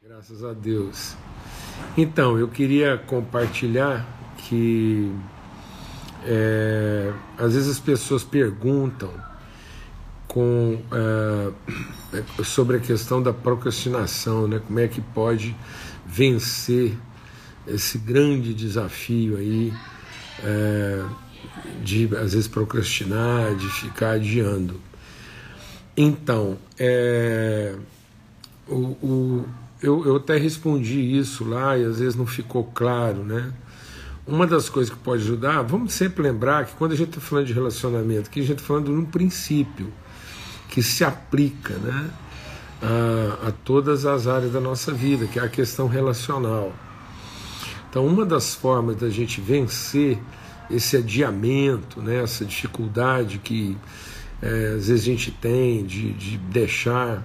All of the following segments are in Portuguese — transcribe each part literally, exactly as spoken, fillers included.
Graças a Deus. Então, eu queria compartilhar que é, às vezes as pessoas perguntam com, é, sobre a questão da procrastinação, né? Como é que pode vencer esse grande desafio aí é, de às vezes procrastinar, de ficar adiando. Então, é, o, o, eu, eu até respondi isso lá e às vezes não ficou claro, né? Uma das coisas que pode ajudar, vamos sempre lembrar que quando a gente está falando de relacionamento, que a gente está falando de um princípio que se aplica, né, a, a todas as áreas da nossa vida, que é a questão relacional. Então, uma das formas da gente vencer esse adiamento, né, essa dificuldade que é, às vezes a gente tem de, de deixar,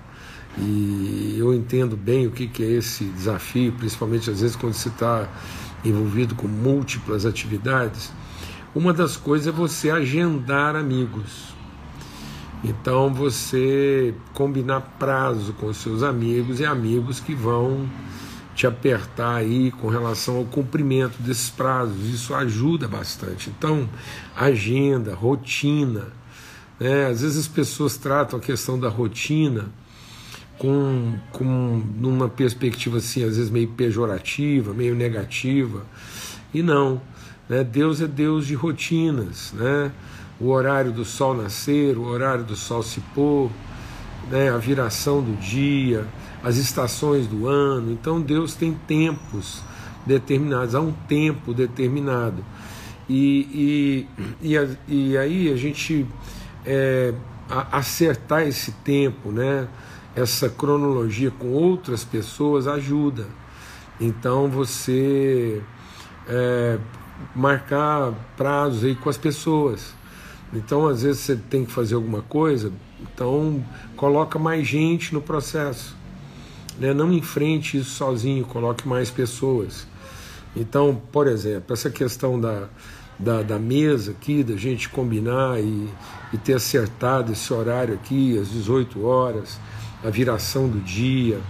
e eu entendo bem o que, que é esse desafio, principalmente às vezes quando você está envolvido com múltiplas atividades. Uma das coisas é você agendar amigos. Então você combinar prazo com os seus amigos e amigos que vão te apertar aí com relação ao cumprimento desses prazos. Isso ajuda bastante. Então, agenda, rotina, né? Às vezes as pessoas tratam a questão da rotina com, com numa perspectiva assim, às vezes meio pejorativa, meio negativa, e não, né? Deus é Deus de rotinas, né? O horário do sol nascer, o horário do sol se pôr, né? A viração do dia, as estações do ano. Então Deus tem tempos determinados, há um tempo determinado, e, e, e, a, e aí a gente é, a, acertar esse tempo, né? Essa cronologia com outras pessoas ajuda. Então você é, marcar prazos aí com as pessoas. Então às vezes você tem que fazer alguma coisa, então coloca mais gente no processo, né? Não enfrente isso sozinho, coloque mais pessoas. Então, por exemplo, essa questão da, da, da mesa aqui, da gente combinar e, e ter acertado esse horário aqui às dezoito horas, a viração do dia,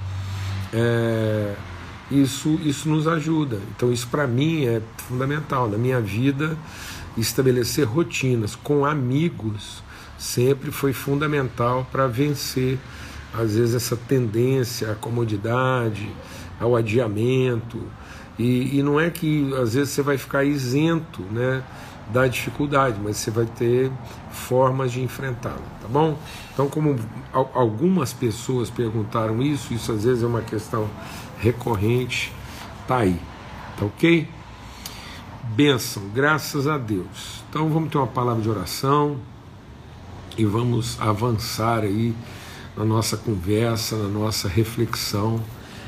é, isso, isso nos ajuda. Então isso para mim é fundamental. Na minha vida, estabelecer rotinas com amigos sempre foi fundamental para vencer às vezes essa tendência à comodidade, ao adiamento, e, e não é que às vezes você vai ficar isento, né, da dificuldade, mas você vai ter formas de enfrentá-la, tá bom? Então, como algumas pessoas perguntaram isso, isso às vezes é uma questão recorrente, tá aí, tá ok? Bênção, graças a Deus. Então vamos ter uma palavra de oração e vamos avançar aí na nossa conversa, na nossa reflexão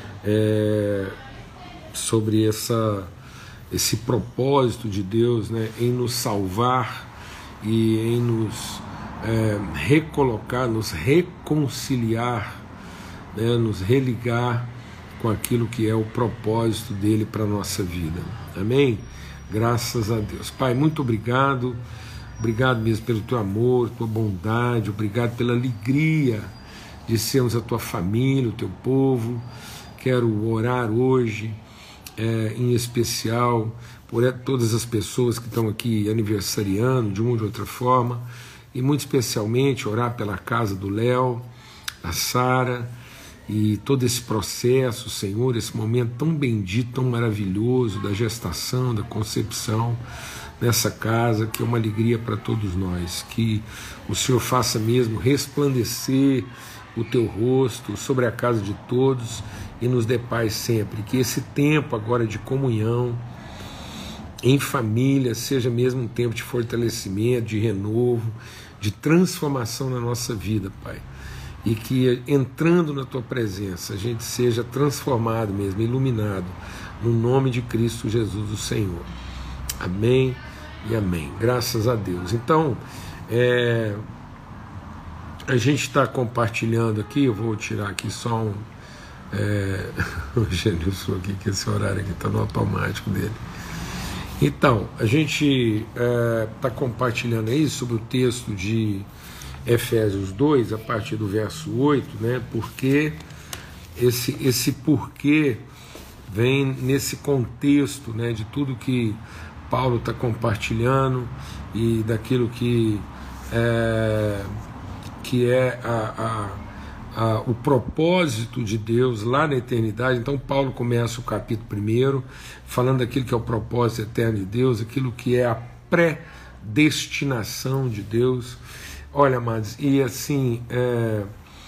é, sobre essa esse propósito de Deus, né, em nos salvar e em nos é, recolocar, nos reconciliar, né, nos religar com aquilo que é o propósito dele para a nossa vida. Amém? Graças a Deus. Pai, muito obrigado, obrigado mesmo pelo teu amor, tua bondade, obrigado pela alegria de sermos a tua família, o teu povo. Quero orar hoje, É, em especial por todas as pessoas que estão aqui aniversariando de uma ou de outra forma, e muito especialmente orar pela casa do Léo, da Sara, e todo esse processo, Senhor, esse momento tão bendito, tão maravilhoso da gestação, da concepção nessa casa, que é uma alegria para todos nós. Que o Senhor faça mesmo resplandecer o teu rosto sobre a casa de todos e nos dê paz sempre. Que esse tempo agora de comunhão em família seja mesmo um tempo de fortalecimento, de renovo, de transformação na nossa vida, Pai. E que entrando na tua presença a gente seja transformado mesmo, iluminado, no nome de Cristo Jesus o Senhor. Amém e amém. Graças a Deus. Então, é, a gente está compartilhando aqui, eu vou tirar aqui só um É, o Genilson aqui, que esse horário aqui está no automático dele. Então, a gente está é, compartilhando aí sobre o texto de Efésios dois, a partir do verso oito, né? Porque esse, esse porquê vem nesse contexto, né, de tudo que Paulo está compartilhando e daquilo que é, que é a, a, a, o propósito de Deus lá na eternidade. Então Paulo começa o capítulo primeiro falando daquilo que é o propósito eterno de Deus, aquilo que é a predestinação de Deus. Olha, amados, e assim é,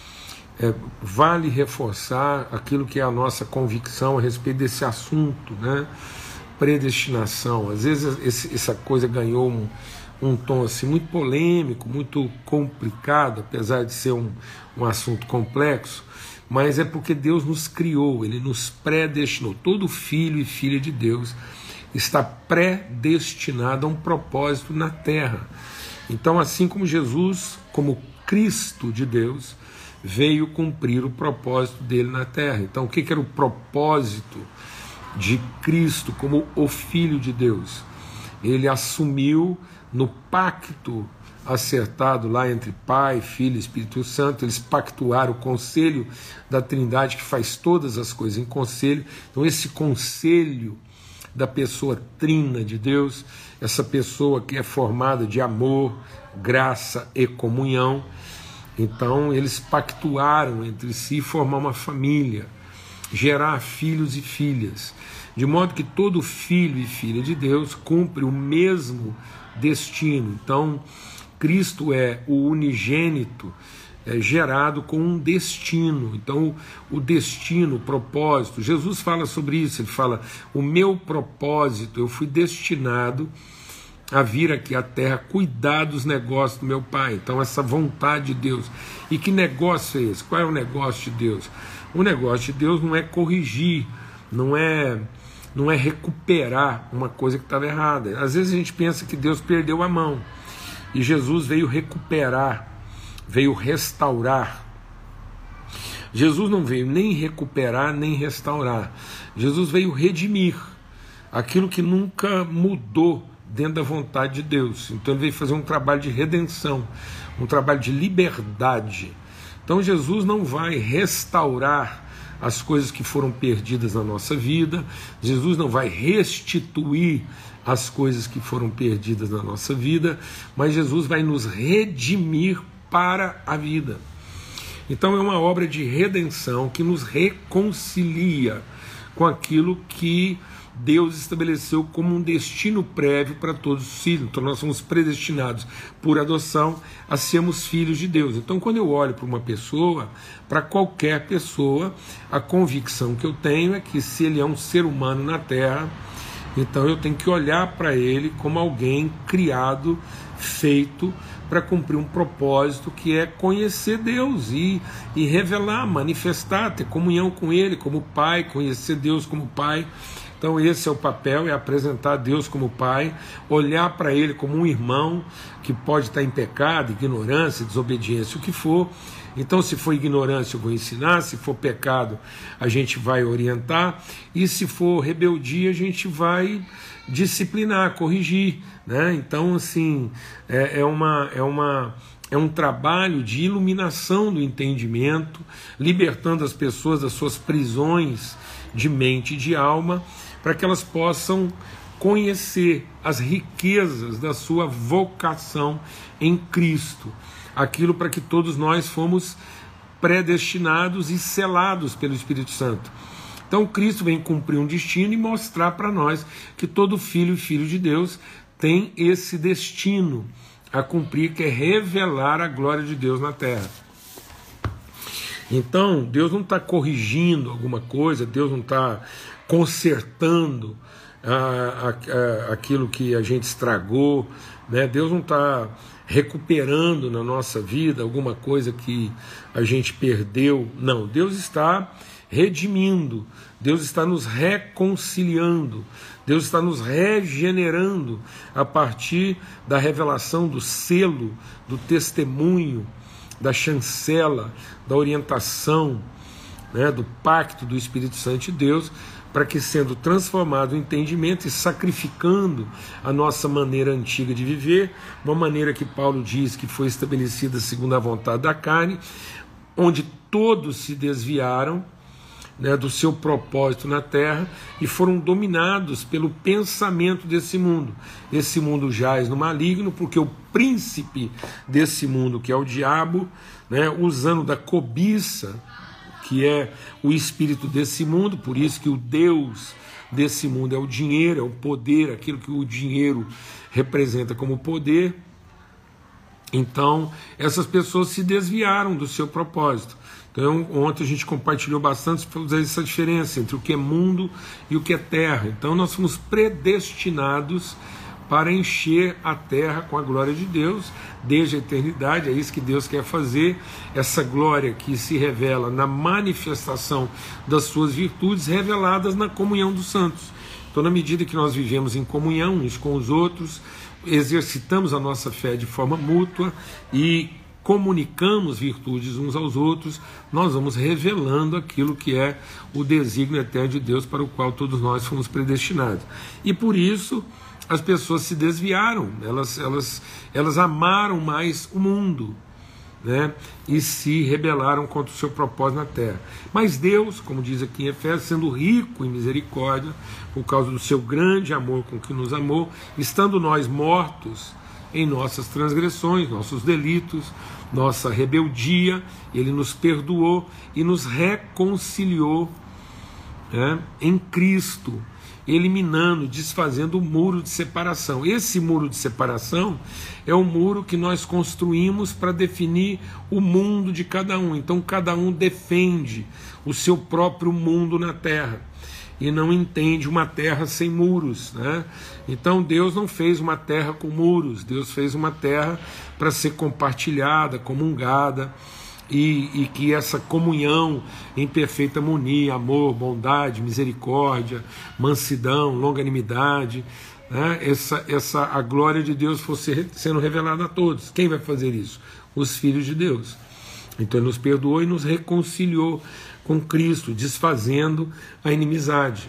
é, vale reforçar aquilo que é a nossa convicção a respeito desse assunto, né? Predestinação. Às vezes esse, essa coisa ganhou um, um tom assim, muito polêmico, muito complicado, apesar de ser um, um assunto complexo, mas é porque Deus nos criou, Ele nos predestinou. Todo filho e filha de Deus está predestinado a um propósito na terra. Então, assim como Jesus, como Cristo de Deus, veio cumprir o propósito dele na terra. Então, o que era o propósito de Cristo como o Filho de Deus? Ele assumiu no pacto acertado lá entre Pai, Filho e Espírito Santo. Eles pactuaram o conselho da Trindade, que faz todas as coisas em conselho. Então esse conselho da pessoa trina de Deus, essa pessoa que é formada de amor, graça e comunhão, então eles pactuaram entre si formar uma família, gerar filhos e filhas, de modo que todo filho e filha de Deus cumpre o mesmo destino. Então Cristo é o unigênito é, gerado com um destino. Então o destino, o propósito, Jesus fala sobre isso. Ele fala: o meu propósito, eu fui destinado a vir aqui à terra cuidar dos negócios do meu Pai. Então essa vontade de Deus. E que negócio é esse? Qual é o negócio de Deus? O negócio de Deus não é corrigir, não é não é recuperar uma coisa que estava errada. Às vezes a gente pensa que Deus perdeu a mão, e Jesus veio recuperar, veio restaurar. Jesus não veio nem recuperar, nem restaurar. Jesus veio redimir aquilo que nunca mudou dentro da vontade de Deus. Então ele veio fazer um trabalho de redenção, um trabalho de liberdade. Então Jesus não vai restaurar as coisas que foram perdidas na nossa vida. Jesus não vai restituir as coisas que foram perdidas na nossa vida, mas Jesus vai nos redimir para a vida. Então é uma obra de redenção que nos reconcilia com aquilo que Deus estabeleceu como um destino prévio para todos os filhos. Então nós somos predestinados por adoção a sermos filhos de Deus. Então quando eu olho para uma pessoa, para qualquer pessoa, a convicção que eu tenho é que se ele é um ser humano na terra, então eu tenho que olhar para ele como alguém criado, feito para cumprir um propósito, que é conhecer Deus e, e revelar, manifestar, ter comunhão com Ele como Pai, conhecer Deus como Pai. Então esse é o papel, é apresentar Deus como Pai, olhar para Ele como um irmão que pode estar em pecado, ignorância, desobediência, o que for. Então se for ignorância eu vou ensinar, se for pecado a gente vai orientar, e se for rebeldia a gente vai disciplinar, corrigir, né? Então assim, é, é, uma, é, uma, é um trabalho de iluminação do entendimento, libertando as pessoas das suas prisões de mente e de alma, para que elas possam conhecer as riquezas da sua vocação em Cristo, aquilo para que todos nós fomos predestinados e selados pelo Espírito Santo. Então Cristo vem cumprir um destino e mostrar para nós que todo filho e filho de Deus tem esse destino a cumprir, que é revelar a glória de Deus na terra. Então Deus não está corrigindo alguma coisa, Deus não está consertando ah, ah, aquilo que a gente estragou, né? Deus não está recuperando na nossa vida alguma coisa que a gente perdeu. Não, Deus está redimindo, Deus está nos reconciliando, Deus está nos regenerando a partir da revelação do selo, do testemunho, da chancela, da orientação, né, do pacto do Espírito Santo de Deus, para que, sendo transformado o entendimento e sacrificando a nossa maneira antiga de viver, uma maneira que Paulo diz que foi estabelecida segundo a vontade da carne, onde todos se desviaram, né, do seu propósito na Terra e foram dominados pelo pensamento desse mundo. Esse mundo jaz no maligno, porque o príncipe desse mundo, que é o diabo, né, usando da cobiça, que é o espírito desse mundo, por isso que o Deus desse mundo é o dinheiro, é o poder, aquilo que o dinheiro representa como poder. Então, essas pessoas se desviaram do seu propósito. Então, ontem a gente compartilhou bastante essa diferença entre o que é mundo e o que é terra. Então, nós fomos predestinados para encher a terra com a glória de Deus desde a eternidade. É isso que Deus quer fazer, essa glória que se revela na manifestação das suas virtudes reveladas na comunhão dos santos. Então, na medida que nós vivemos em comunhão uns com os outros, exercitamos a nossa fé de forma mútua e comunicamos virtudes uns aos outros, nós vamos revelando aquilo que é o desígnio eterno de Deus para o qual todos nós fomos predestinados. E por isso as pessoas se desviaram, elas, elas, elas amaram mais o mundo, né, e se rebelaram contra o seu propósito na terra. Mas Deus, como diz aqui em Efésios, sendo rico em misericórdia, por causa do seu grande amor com que nos amou, estando nós mortos em nossas transgressões, nossos delitos, nossa rebeldia, Ele nos perdoou e nos reconciliou, né, em Cristo, eliminando, desfazendo o muro de separação. Esse muro de separação é o muro que nós construímos para definir o mundo de cada um. Então cada um defende o seu próprio mundo na terra e não entende uma terra sem muros, né? Então Deus não fez uma terra com muros, Deus fez uma terra para ser compartilhada, comungada, E, e que essa comunhão em perfeita harmonia, amor, bondade, misericórdia, mansidão, longanimidade, né, essa, essa, a glória de Deus fosse sendo revelada a todos. Quem vai fazer isso? Os filhos de Deus. Então Ele nos perdoou e nos reconciliou com Cristo, desfazendo a inimizade.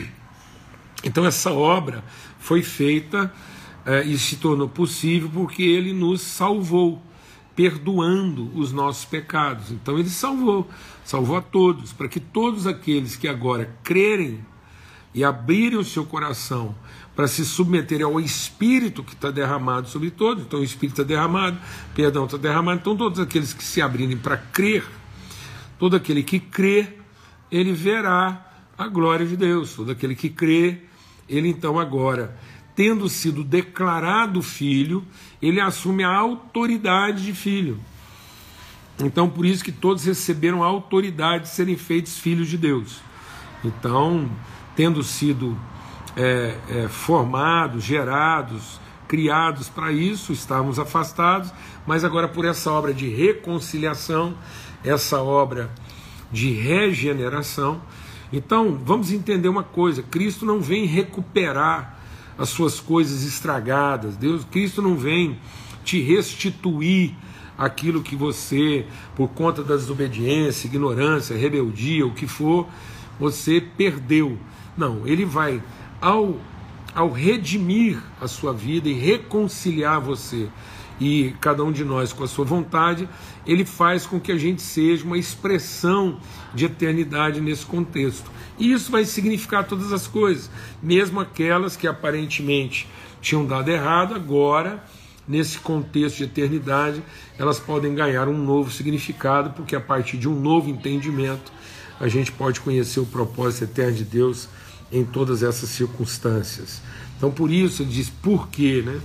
Então essa obra foi feita eh, e se tornou possível porque Ele nos salvou, perdoando os nossos pecados. Então Ele salvou, salvou a todos, para que todos aqueles que agora crerem e abrirem o seu coração para se submeterem ao Espírito que está derramado sobre todos. Então o Espírito está derramado, perdão está derramado, então todos aqueles que se abrirem para crer, todo aquele que crê, ele verá a glória de Deus. Todo aquele que crê, ele então agora, tendo sido declarado filho, ele assume a autoridade de filho. Então por isso que todos receberam a autoridade de serem feitos filhos de Deus. Então, tendo sido é, é, formados, gerados, criados para isso, estávamos afastados, mas agora por essa obra de reconciliação, essa obra de regeneração. Então vamos entender uma coisa: Cristo não vem recuperar as suas coisas estragadas. Deus, Cristo não vem te restituir aquilo que você, por conta da desobediência, ignorância, rebeldia, o que for, você perdeu. Não, Ele vai, ao, ao redimir a sua vida e reconciliar você e cada um de nós com a sua vontade, Ele faz com que a gente seja uma expressão de eternidade nesse contexto. E isso vai significar todas as coisas, mesmo aquelas que aparentemente tinham dado errado, agora, nesse contexto de eternidade, elas podem ganhar um novo significado, porque a partir de um novo entendimento, a gente pode conhecer o propósito eterno de Deus em todas essas circunstâncias. Então, por isso, ele diz, por quê, né?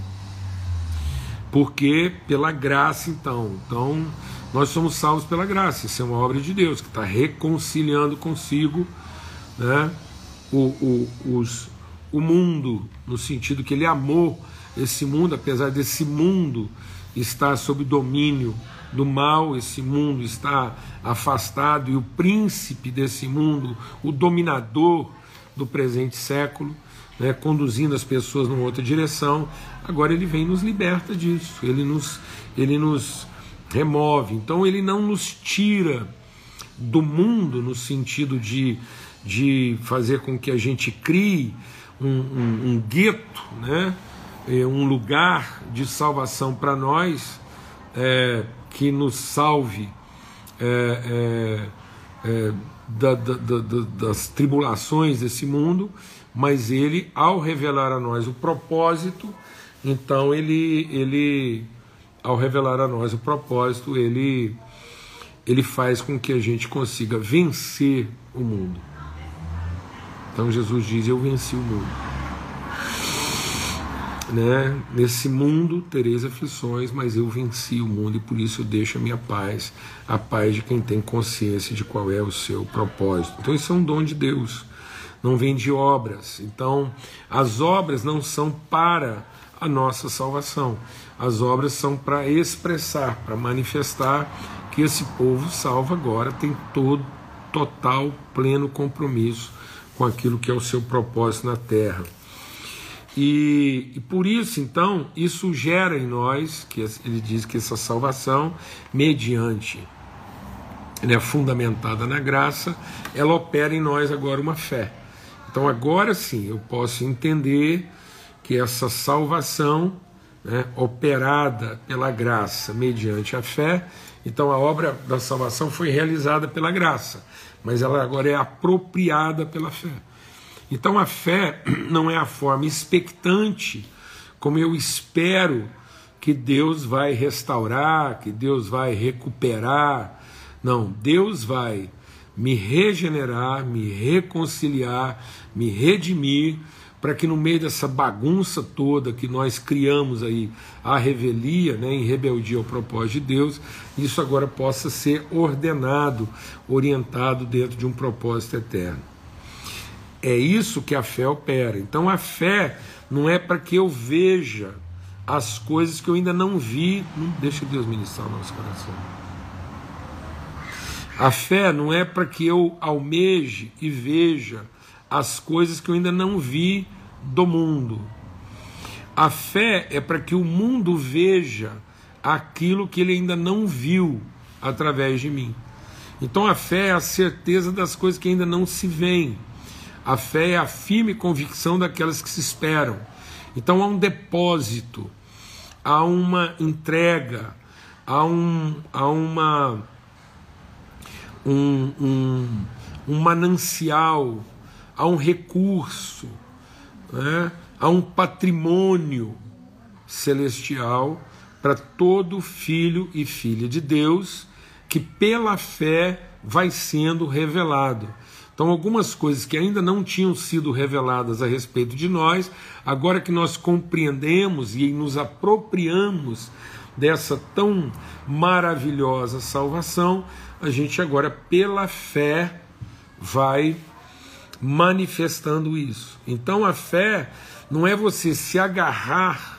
Porque pela graça, então. Então, nós somos salvos pela graça. Isso é uma obra de Deus, que está reconciliando consigo, né, o, o, os, o mundo, no sentido que Ele amou esse mundo, apesar desse mundo estar sob domínio do mal, esse mundo está afastado, e o príncipe desse mundo, o dominador do presente século, né, conduzindo as pessoas numa outra direção, agora Ele vem e nos liberta disso, Ele nos, ele nos remove. Então Ele não nos tira do mundo no sentido de, de fazer com que a gente crie um, um, um gueto, né, um lugar de salvação para nós, é, que nos salve é, é, é, da, da, da, das tribulações desse mundo, mas ele, ao revelar a nós o propósito, então ele, ele ao revelar a nós o propósito, ele, ele faz com que a gente consiga vencer o mundo. Então Jesus diz: eu venci o mundo. Né? Nesse mundo tereis aflições, mas eu venci o mundo, e por isso eu deixo a minha paz, a paz de quem tem consciência de qual é o seu propósito. Então isso é um dom de Deus, não vem de obras. Então as obras não são para a nossa salvação, as obras são para expressar, para manifestar que esse povo salvo agora tem todo, total, pleno compromisso com aquilo que é o seu propósito na terra. E, e por isso, então, isso gera em nós, que ele diz que essa salvação, mediante, né, fundamentada na graça, ela opera em nós agora uma fé. Então agora sim, eu posso entender que essa salvação, né, operada pela graça, mediante a fé, então a obra da salvação foi realizada pela graça, mas ela agora é apropriada pela fé. Então a fé não é a forma expectante, como eu espero que Deus vai restaurar, que Deus vai recuperar. Não, Deus vai me regenerar, me reconciliar, me redimir, para que no meio dessa bagunça toda que nós criamos aí, a revelia, né, em rebeldia ao propósito de Deus, isso agora possa ser ordenado, orientado dentro de um propósito eterno. É isso que a fé opera. Então a fé não é para que eu veja as coisas que eu ainda não vi. Não deixa Deus ministrar o nosso coração. A fé não é para que eu almeje e veja as coisas que eu ainda não vi do mundo. A fé é para que o mundo veja aquilo que ele ainda não viu através de mim. Então a fé é a certeza das coisas que ainda não se veem. A fé é a firme convicção daquelas que se esperam. Então há um depósito, há uma entrega, há um, há uma, um, um, um manancial, há um recurso, né? Há um patrimônio celestial para todo filho e filha de Deus, que pela fé vai sendo revelado. Então algumas coisas que ainda não tinham sido reveladas a respeito de nós, agora que nós compreendemos e nos apropriamos dessa tão maravilhosa salvação, a gente agora pela fé vai manifestando isso. Então a fé não é você se agarrar,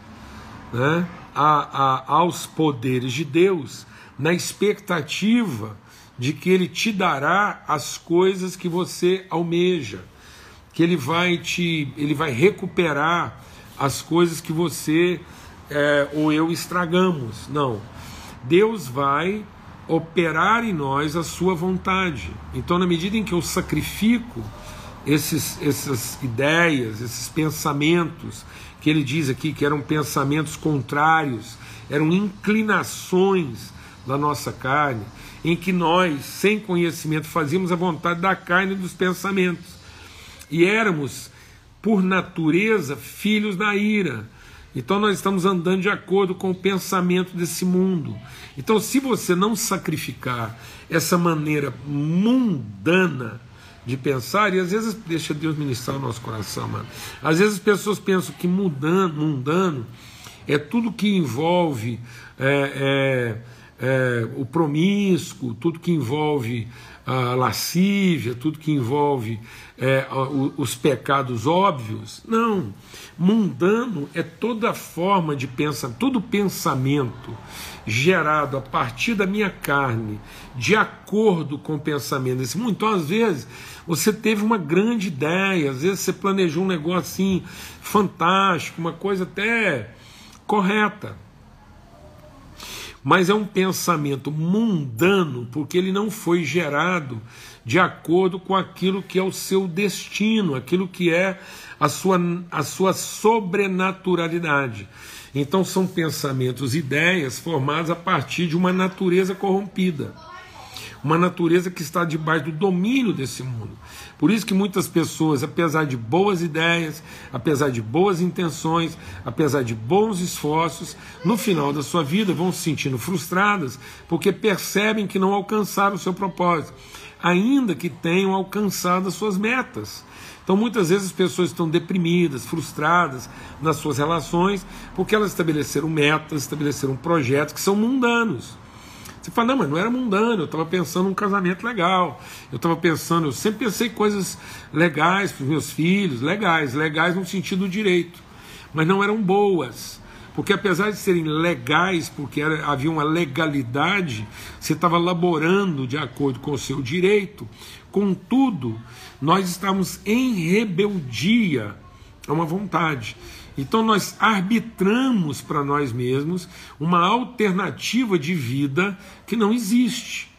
né, a, a, aos poderes de Deus na expectativa de que Ele te dará as coisas que você almeja, que Ele vai te, Ele vai recuperar as coisas que você é, ou eu estragamos. Não. Deus vai operar em nós a sua vontade. Então, na medida em que eu sacrifico esses, essas ideias, esses pensamentos, que ele diz aqui que eram pensamentos contrários, eram inclinações da nossa carne, em que nós, sem conhecimento, fazíamos a vontade da carne e dos pensamentos, e éramos, por natureza, filhos da ira. Então nós estamos andando de acordo com o pensamento desse mundo. Então, se você não sacrificar essa maneira mundana de pensar, e às vezes, deixa Deus ministrar o nosso coração, mano. Às vezes as pessoas pensam que mundano, mundano é tudo que envolve é, é, é, o promíscuo, tudo que envolve a lascívia, tudo que envolve é, os pecados óbvios. Não, mundano é toda forma de pensamento, todo pensamento gerado a partir da minha carne, de acordo com o pensamento desse mundo. Então, às vezes, você teve uma grande ideia, às vezes você planejou um negócio assim, fantástico, uma coisa até correta, mas é um pensamento mundano, porque ele não foi gerado de acordo com aquilo que é o seu destino, aquilo que é a sua, a sua sobrenaturalidade. Então são pensamentos, ideias formadas a partir de uma natureza corrompida. uma natureza que está debaixo do domínio desse mundo. Por isso que muitas pessoas, apesar de boas ideias, apesar de boas intenções, apesar de bons esforços, no final da sua vida vão se sentindo frustradas, porque percebem que não alcançaram o seu propósito, ainda que tenham alcançado as suas metas. Então muitas vezes as pessoas estão deprimidas, frustradas nas suas relações, porque elas estabeleceram metas, estabeleceram projetos que são mundanos. Você fala, não, mas não era mundano, eu estava pensando num casamento legal, eu estava pensando, eu sempre pensei coisas legais para os meus filhos, legais, legais no sentido direito, mas não eram boas, porque apesar de serem legais, porque era, havia uma legalidade, você estava laborando de acordo com o seu direito, contudo, nós estamos em rebeldia a uma vontade. Então nós arbitramos para nós mesmos uma alternativa de vida que não existe,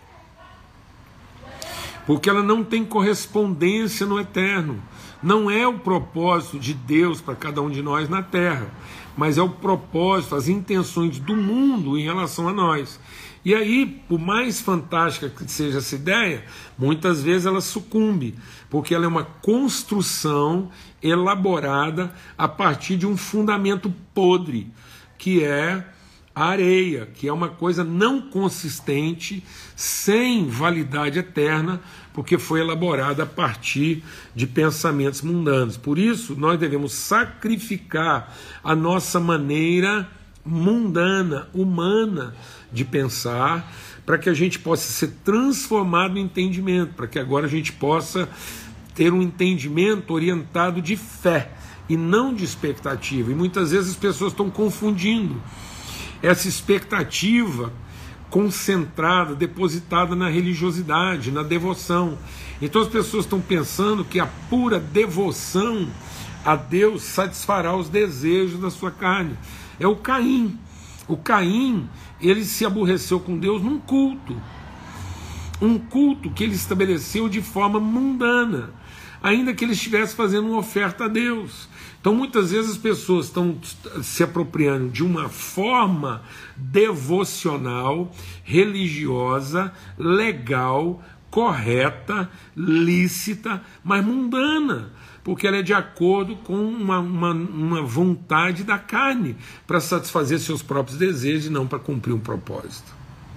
porque ela não tem correspondência no eterno. Não é o propósito de Deus para cada um de nós na terra, mas é o propósito, as intenções do mundo em relação a nós. E aí, por mais fantástica que seja essa ideia, muitas vezes ela sucumbe, porque ela é uma construção elaborada a partir de um fundamento podre, que é a areia, que é uma coisa não consistente, sem validade eterna, porque foi elaborada a partir de pensamentos mundanos. Por isso, nós devemos sacrificar a nossa maneira mundana, humana, de pensar, para que a gente possa ser transformado em entendimento, para que agora a gente possa ter um entendimento orientado de fé e não de expectativa. E muitas vezes as pessoas estão confundindo essa expectativa concentrada, depositada na religiosidade, na devoção. Então as pessoas estão pensando que a pura devoção a Deus satisfará os desejos da sua carne. É o Caim. O Caim, ele se aborreceu com Deus num culto. Um culto que ele estabeleceu de forma mundana, ainda que ele estivesse fazendo uma oferta a Deus. Então muitas vezes as pessoas estão se apropriando de uma forma devocional, religiosa, legal, correta, lícita, mas mundana, porque ela é de acordo com uma, uma, uma vontade da carne, para satisfazer seus próprios desejos e não para cumprir um propósito.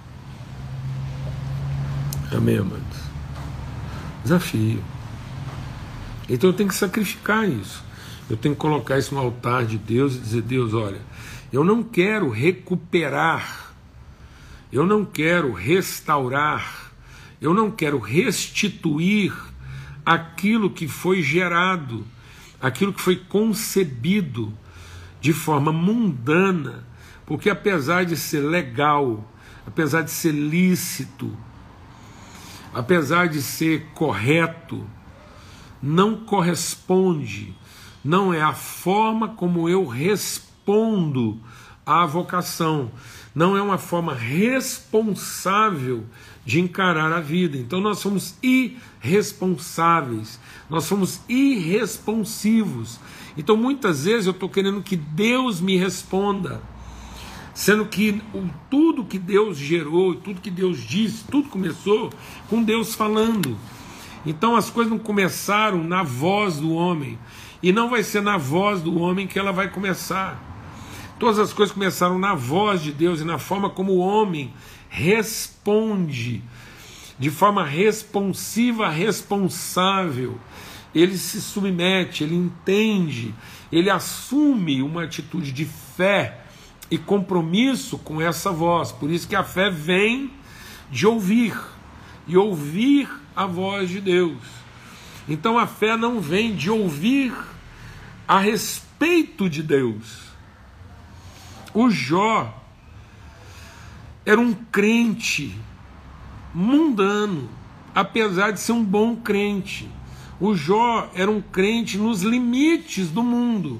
Amém, amados? Desafio. Então eu tenho que sacrificar isso. Eu tenho que colocar isso no altar de Deus e dizer, Deus, olha, eu não quero recuperar, eu não quero restaurar, eu não quero restituir aquilo que foi gerado, aquilo que foi concebido de forma mundana, porque apesar de ser legal, apesar de ser lícito, apesar de ser correto, não corresponde, não é a forma como eu respondo à vocação, não é uma forma responsável de encarar a vida. Então nós somos irresponsáveis, nós somos irresponsivos. Então muitas vezes eu estou querendo que Deus me responda, sendo que o, tudo que Deus gerou, tudo que Deus disse, tudo começou com Deus falando. Então as coisas não começaram na voz do homem, e não vai ser na voz do homem que ela vai começar. Todas as coisas começaram na voz de Deus e na forma como o homem responde, de forma responsiva, responsável. Ele se submete, ele entende, ele assume uma atitude de fé e compromisso com essa voz. Por isso que a fé vem de ouvir, e ouvir a voz de Deus. Então a fé não vem de ouvir a respeito de Deus. O Jó era um crente mundano, apesar de ser um bom crente. O Jó era um crente nos limites do mundo,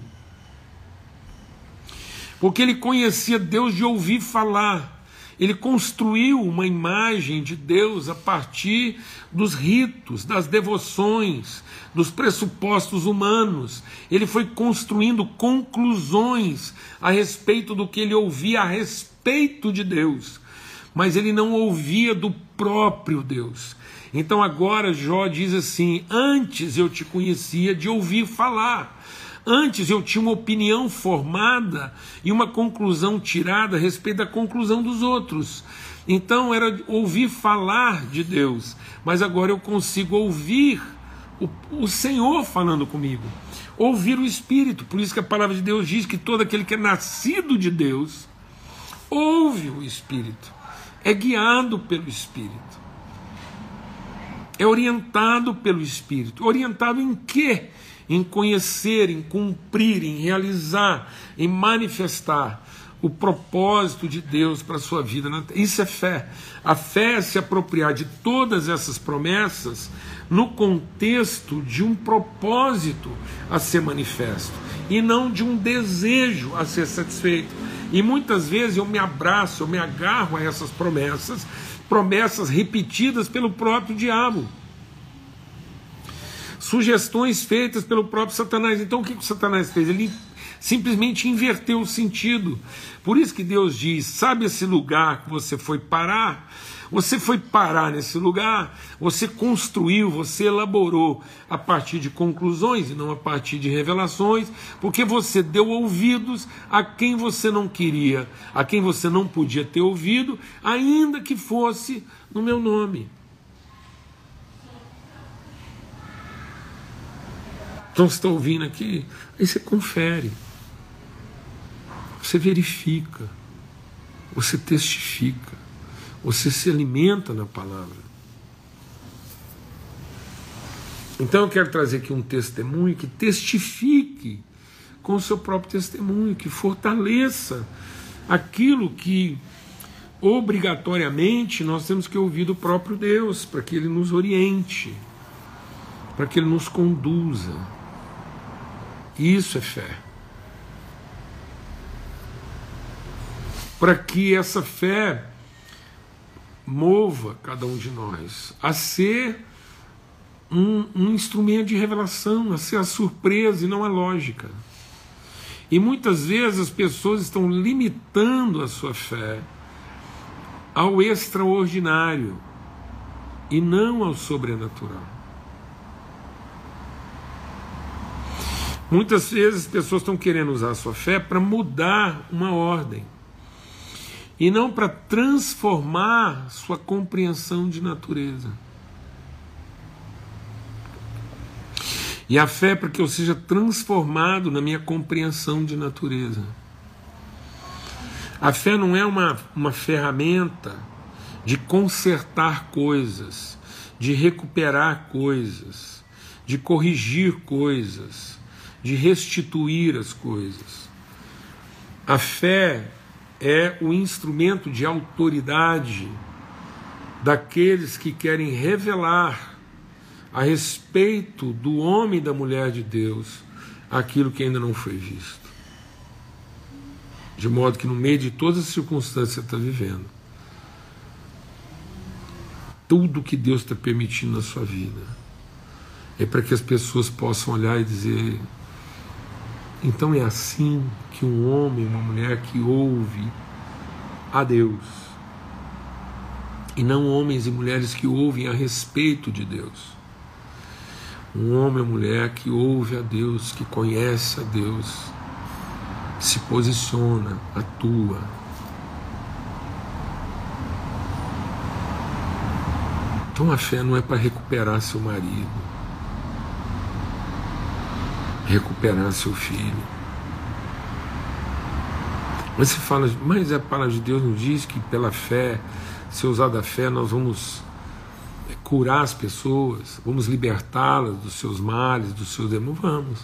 porque ele conhecia Deus de ouvir falar. Ele construiu uma imagem de Deus a partir dos ritos, das devoções, dos pressupostos humanos. Ele foi construindo conclusões a respeito do que ele ouvia a respeito de Deus. mas ele não ouvia do próprio Deus. Então agora Jó diz assim: antes eu te conhecia de ouvir falar, antes eu tinha uma opinião formada e uma conclusão tirada a respeito da conclusão dos outros. Então era ouvir falar de Deus, mas agora eu consigo ouvir o, o Senhor falando comigo, ouvir o Espírito. Por isso que a palavra de Deus diz que todo aquele que é nascido de Deus ouve o Espírito, é guiado pelo Espírito, é orientado pelo Espírito. Orientado em quê? Em conhecer, em cumprir, em realizar, em manifestar o propósito de Deus para a sua vida. Isso é fé. A fé é se apropriar de todas essas promessas no contexto de um propósito a ser manifesto e não de um desejo a ser satisfeito. E muitas vezes eu me abraço, eu me agarro a essas promessas, promessas repetidas pelo próprio diabo, sugestões feitas pelo próprio Satanás. Então o que o Satanás fez? Ele simplesmente inverteu o sentido. Por isso que Deus diz: sabe esse lugar que você foi parar? Você foi parar nesse lugar, você construiu, você elaborou a partir de conclusões e não a partir de revelações, porque você deu ouvidos a quem você não queria, a quem você não podia ter ouvido, ainda que fosse no meu nome. Então você está ouvindo aqui? Aí você confere, você verifica, você testifica, você se alimenta na palavra. Então eu quero trazer aqui um testemunho que testifique com o seu próprio testemunho, que fortaleça aquilo que obrigatoriamente nós temos que ouvir do próprio Deus, para que Ele nos oriente, para que Ele nos conduza. Isso é fé. Para que essa fé mova cada um de nós a ser um, um instrumento de revelação, a ser a surpresa e não a lógica. E muitas vezes as pessoas estão limitando a sua fé ao extraordinário e não ao sobrenatural. Muitas vezes as pessoas estão querendo usar a sua fé para mudar uma ordem e não para transformar sua compreensão de natureza. E a fé é para que eu seja transformado na minha compreensão de natureza. A fé não é uma, uma ferramenta de consertar coisas, de recuperar coisas, de corrigir coisas, de restituir as coisas. A fé é o instrumento de autoridade daqueles que querem revelar a respeito do homem e da mulher de Deus aquilo que ainda não foi visto. De modo que no meio de todas as circunstâncias que você está vivendo, tudo que Deus está permitindo na sua vida é para que as pessoas possam olhar e dizer: então é assim que um homem, uma mulher que ouve a Deus, e não homens e mulheres que ouvem a respeito de Deus. Um homem ou mulher que ouve a Deus, que conhece a Deus, se posiciona, atua. Então a fé não é para recuperar seu marido, recuperar seu filho. Mas você fala, mas a palavra de Deus nos diz que pela fé, se usar da fé, nós vamos curar as pessoas, vamos libertá-las dos seus males, dos seus demônios. Vamos.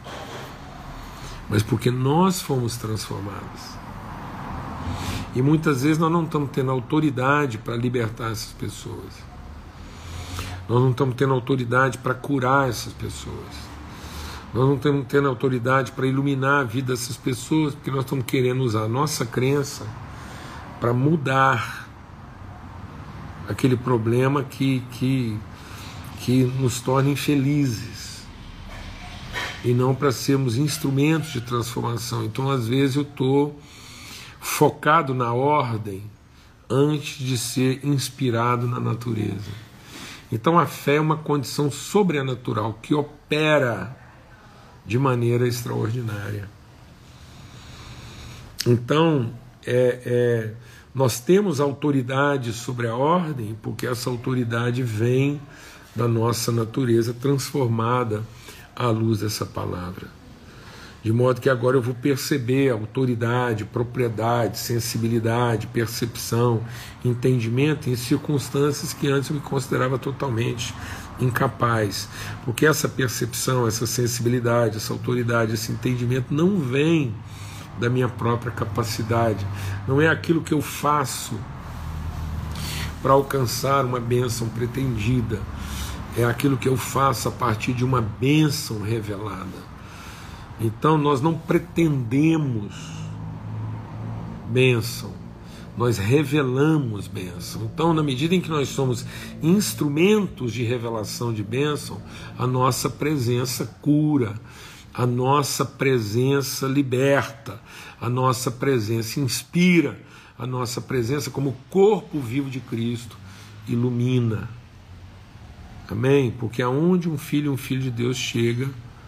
Mas porque nós fomos transformados. E muitas vezes nós não estamos tendo autoridade para libertar essas pessoas. Nós não estamos tendo autoridade para curar essas pessoas. Nós não estamos tendo autoridade para iluminar a vida dessas pessoas, porque nós estamos querendo usar a nossa crença para mudar aquele problema que, que, que nos torna infelizes, e não para sermos instrumentos de transformação. Então às vezes eu estou focado na ordem antes de ser inspirado na natureza. Então a fé é uma condição sobrenatural que opera de maneira extraordinária. Então, é, é, nós temos autoridade sobre a ordem, porque essa autoridade vem da nossa natureza transformada à luz dessa palavra. De modo que agora eu vou perceber autoridade, propriedade, sensibilidade, percepção, entendimento em circunstâncias que antes eu me considerava totalmente incapaz. Porque essa percepção, essa sensibilidade, essa autoridade, esse entendimento não vem da minha própria capacidade. Não é aquilo que eu faço para alcançar uma bênção pretendida. É aquilo que eu faço a partir de uma bênção revelada. Então nós não pretendemos bênção, nós revelamos bênção. Então, na medida em que nós somos instrumentos de revelação de bênção, a nossa presença cura, a nossa presença liberta, a nossa presença inspira, a nossa presença como corpo vivo de Cristo ilumina. Amém? Porque aonde um filho, um filho de Deus chega,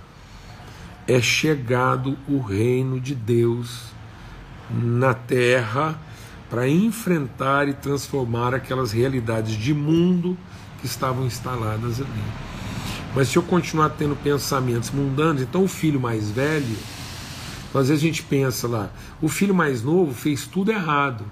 é chegado o reino de Deus na terra para enfrentar e transformar aquelas realidades de mundo que estavam instaladas ali. Mas se eu continuar tendo pensamentos mundanos, então o filho mais velho, às vezes a gente pensa lá, o filho mais novo fez tudo errado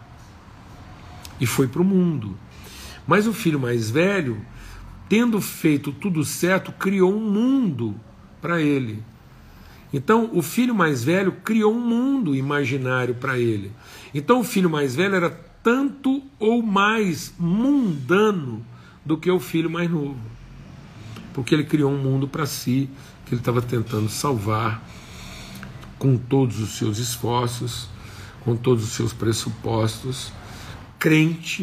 e foi para o mundo. Mas o filho mais velho, tendo feito tudo certo, criou um mundo para ele. Então o filho mais velho criou um mundo imaginário para ele. Então o filho mais velho era tanto ou mais mundano do que o filho mais novo, porque ele criou um mundo para si, que ele estava tentando salvar com todos os seus esforços, com todos os seus pressupostos, crente,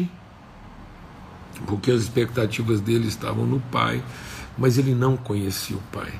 porque as expectativas dele estavam no Pai, mas ele não conhecia o Pai.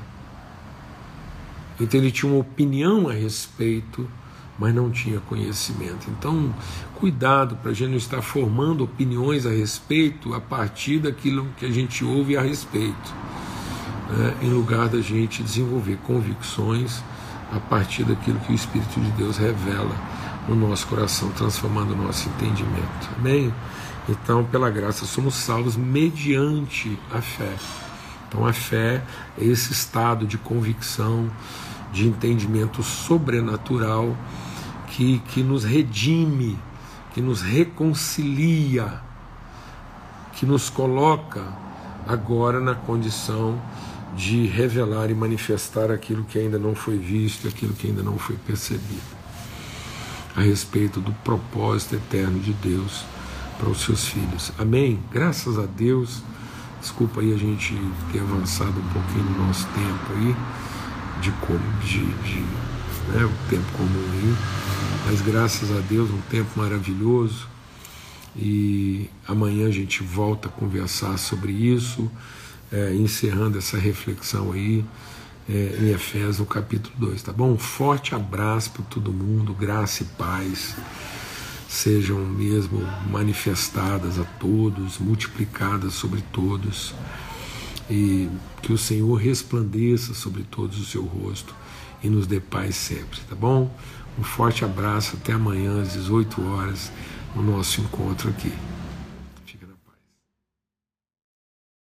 Então ele tinha uma opinião a respeito, mas não tinha conhecimento. Então, cuidado para a gente não estar formando opiniões a respeito a partir daquilo que a gente ouve a respeito, né? Em lugar da gente desenvolver convicções a partir daquilo que o Espírito de Deus revela no nosso coração, transformando o nosso entendimento. Amém? Então, pela graça, somos salvos mediante a fé. Então a fé é esse estado de convicção, de entendimento sobrenatural que, que nos redime, que nos reconcilia, que nos coloca agora na condição de revelar e manifestar aquilo que ainda não foi visto, aquilo que ainda não foi percebido, a respeito do propósito eterno de Deus para os seus filhos. Amém? Graças a Deus. Desculpa aí a gente ter avançado um pouquinho no nosso tempo aí, de como, de, de né, o tempo comum aí, mas graças a Deus, um tempo maravilhoso, e amanhã a gente volta a conversar sobre isso, é, encerrando essa reflexão aí é, em Efésios, no capítulo dois, tá bom? Um forte abraço para todo mundo, graça e paz sejam mesmo manifestadas a todos, multiplicadas sobre todos, e que o Senhor resplandeça sobre todos o seu rosto e nos dê paz sempre, tá bom? Um forte abraço, até amanhã às dezoito horas no nosso encontro aqui.